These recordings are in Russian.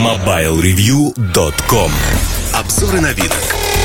MobileReview.com. Обзоры новинок.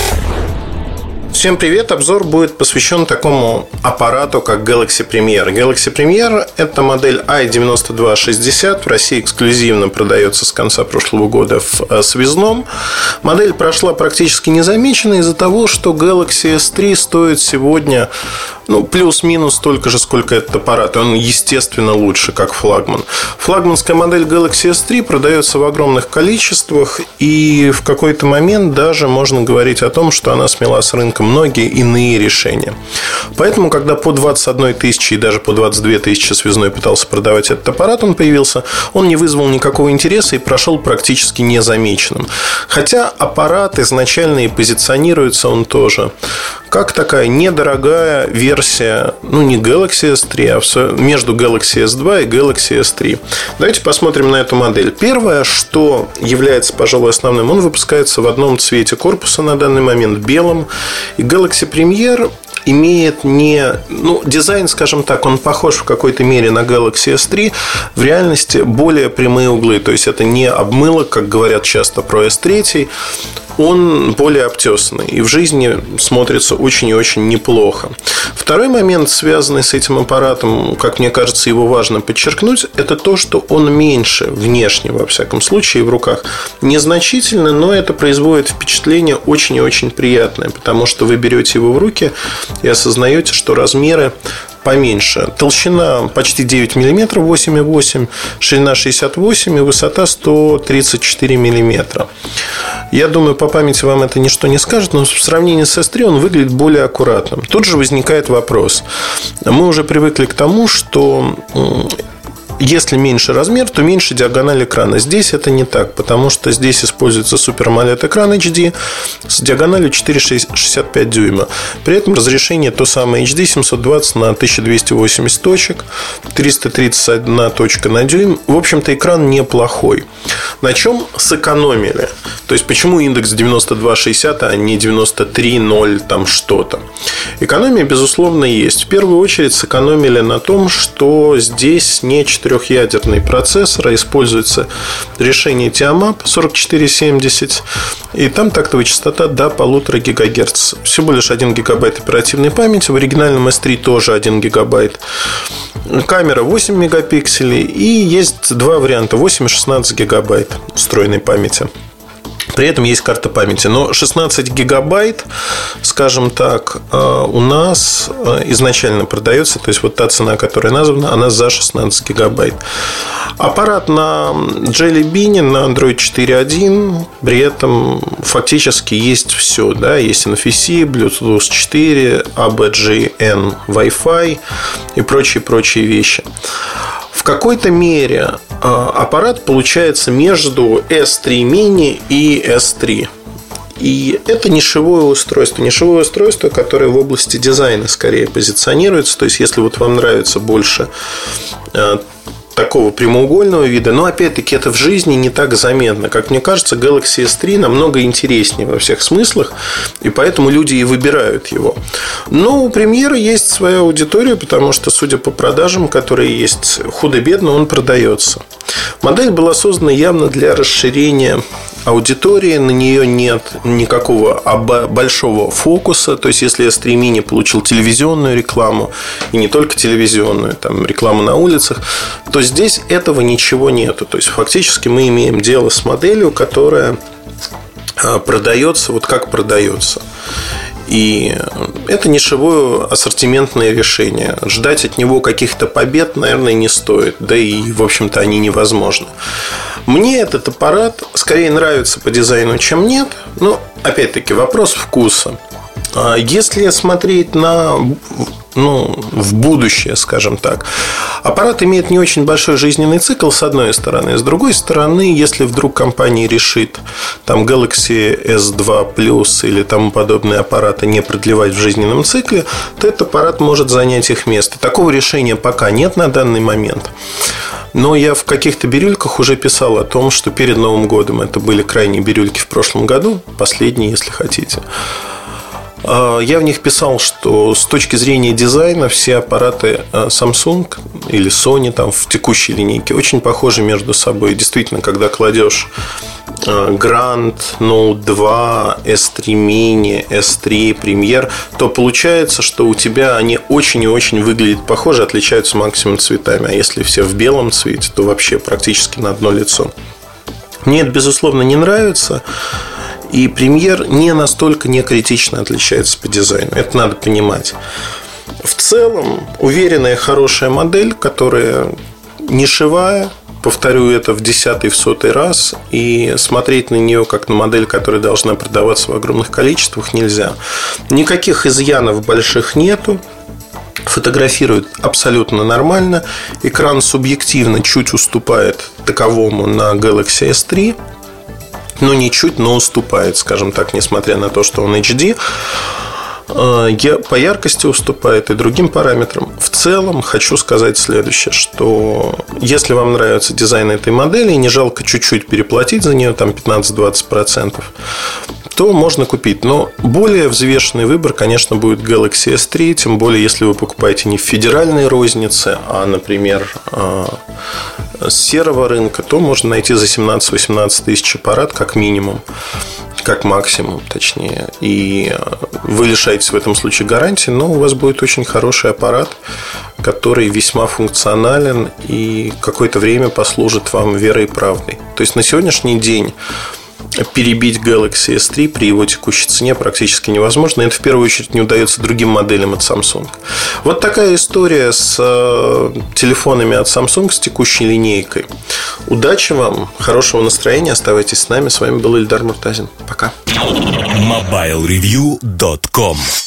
Всем привет! Обзор будет посвящен такому аппарату, как Galaxy Premier. Galaxy Premier – это модель i9260. В России эксклюзивно продается с конца прошлого года в связном. Модель прошла практически незамеченной из-за того, что Galaxy S3 стоит сегодня плюс-минус столько же, сколько этот аппарат. Он, естественно, лучше, как флагман. Флагманская модель Galaxy S3 продается в огромных количествах, и в какой-то момент даже можно говорить о том, что она смела с рынка многие иные решения. Поэтому, когда по 21 тысячи и даже по 22 тысячи связной пытался продавать этот аппарат, он появился, он не вызвал никакого интереса и прошел практически незамеченным. Хотя аппарат изначально и позиционируется он тоже как такая недорогая версия, не Galaxy S3, а между Galaxy S2 и Galaxy S3. Давайте посмотрим на эту модель. Первое, что является, пожалуй, основным, он выпускается в одном цвете корпуса на данный момент, белом. И Galaxy Premier имеет дизайн, скажем так, он похож в какой-то мере на Galaxy S3, в реальности более прямые углы. То есть это не обмылок, как говорят часто про S3. Он более обтесанный и в жизни смотрится очень и очень неплохо. Второй момент, связанный с этим аппаратом, как мне кажется, его важно подчеркнуть, это то, что он меньше внешне, во всяком случае, в руках. Незначительно, но это производит впечатление очень и очень приятное, потому что вы берете его в руки и осознаете, что размеры поменьше. Толщина почти 9 мм, 8,8, ширина 68 и высота 134 мм. Я думаю, по памяти вам это ничто не скажет, но в сравнении с S3 он выглядит более аккуратным. Тут же возникает вопрос. Мы уже привыкли к тому, что если меньше размер, то меньше диагональ экрана. Здесь это не так, потому что здесь используется Super AMOLED экран HD с диагональю 4,65 дюйма. При этом разрешение то самое HD 720 на 1280 точек, 331 точка на дюйм. В общем-то, экран неплохой. На чем сэкономили? То есть, почему индекс 9260, а не 93.0 там что-то? Экономия, безусловно, есть. В первую очередь сэкономили на том, что здесь не четырехъядерный процессор, а используется решение Tiamap 4470, и там тактовая частота до 1,5 ГГц. Всего лишь 1 гигабайт оперативной памяти. В оригинальном S3 тоже 1 гигабайт. Камера 8 мегапикселей. И есть два варианта: 8 и 16 гигабайт встроенной памяти. При этом есть карта памяти. Но 16 гигабайт, скажем так, у нас изначально продается. То есть вот та цена, которая названа, она за 16 гигабайт. Аппарат на Jelly Bean, на Android 4.1. При этом фактически есть все. Да? Есть NFC, Bluetooth 4, ABGN, Wi-Fi и прочие вещи. В какой-то мере аппарат получается между S3 mini и S3. И это нишевое устройство, которое в области дизайна скорее позиционируется. То есть, если вот вам нравится больше такого прямоугольного вида, но опять-таки это в жизни не так заметно. Как мне кажется, Galaxy S3 намного интереснее во всех смыслах, и поэтому люди и выбирают его. Но у Премьера есть своя аудитория, потому что, судя по продажам, которые есть, худо-бедно он продается. Модель была создана явно для расширения аудитории, на нее нет никакого большого фокуса. То есть, если S3 Mini получил телевизионную рекламу, и не только телевизионную, там рекламу на улицах, то здесь этого ничего нету. То есть, фактически мы имеем дело с моделью, которая продается вот как продается. И это нишевое ассортиментное решение. Ждать от него каких-то побед, наверное, не стоит. Да и, в общем-то, они невозможны. Мне этот аппарат скорее нравится по дизайну, чем нет. Но, опять-таки, вопрос вкуса. Если смотреть в будущее, скажем так, аппарат имеет не очень большой жизненный цикл, с одной стороны. С другой стороны, если вдруг компания решит там Galaxy S2 Plus или тому подобные аппараты не продлевать в жизненном цикле, то этот аппарат может занять их место. Такого решения пока нет на данный момент. Но я в каких-то бирюльках уже писал о том, что перед Новым годом, это были крайние бирюльки в прошлом году, последние, если хотите, Я в них писал, что с точки зрения дизайна все аппараты Samsung или Sony там, в текущей линейке очень похожи между собой. Действительно, когда кладешь Grand, Note 2, S3 Mini, S3, Premier, то получается, что у тебя они очень и очень выглядят похожи, отличаются максимум цветами. А если все в белом цвете, то вообще практически на одно лицо. Мне это, безусловно, не нравится. И Premier не настолько не критично отличается по дизайну. Это надо понимать. В целом, уверенная, хорошая модель, которая нишевая. Повторю это в 10-й, в 100-й раз. И смотреть на нее как на модель, которая должна продаваться в огромных количествах, нельзя. Никаких изъянов больших нету. Фотографирует абсолютно нормально. Экран субъективно чуть уступает таковому на Galaxy S3. Ну, не чуть, но уступает, скажем так, несмотря на то, что он HD. По яркости уступает и другим параметрам. В целом, хочу сказать следующее, что если вам нравится дизайн этой модели и не жалко чуть-чуть переплатить за нее, там 15-20%, то можно купить. Но более взвешенный выбор, конечно, будет Galaxy S3. Тем более, если вы покупаете не в федеральной рознице, а, например, с серого рынка, то можно найти за 17-18 тысяч аппарат как минимум, как максимум, точнее. И вы лишаетесь в этом случае гарантии, но у вас будет очень хороший аппарат, который весьма функционален и какое-то время послужит вам верой и правдой. То есть на сегодняшний день перебить Galaxy S3 при его текущей цене практически невозможно. Это в первую очередь не удается другим моделям от Samsung. Вот такая история с телефонами от Samsung, с текущей линейкой. Удачи вам, хорошего настроения, оставайтесь с нами. С вами был Ильдар Муртазин. Пока. MobileReview.com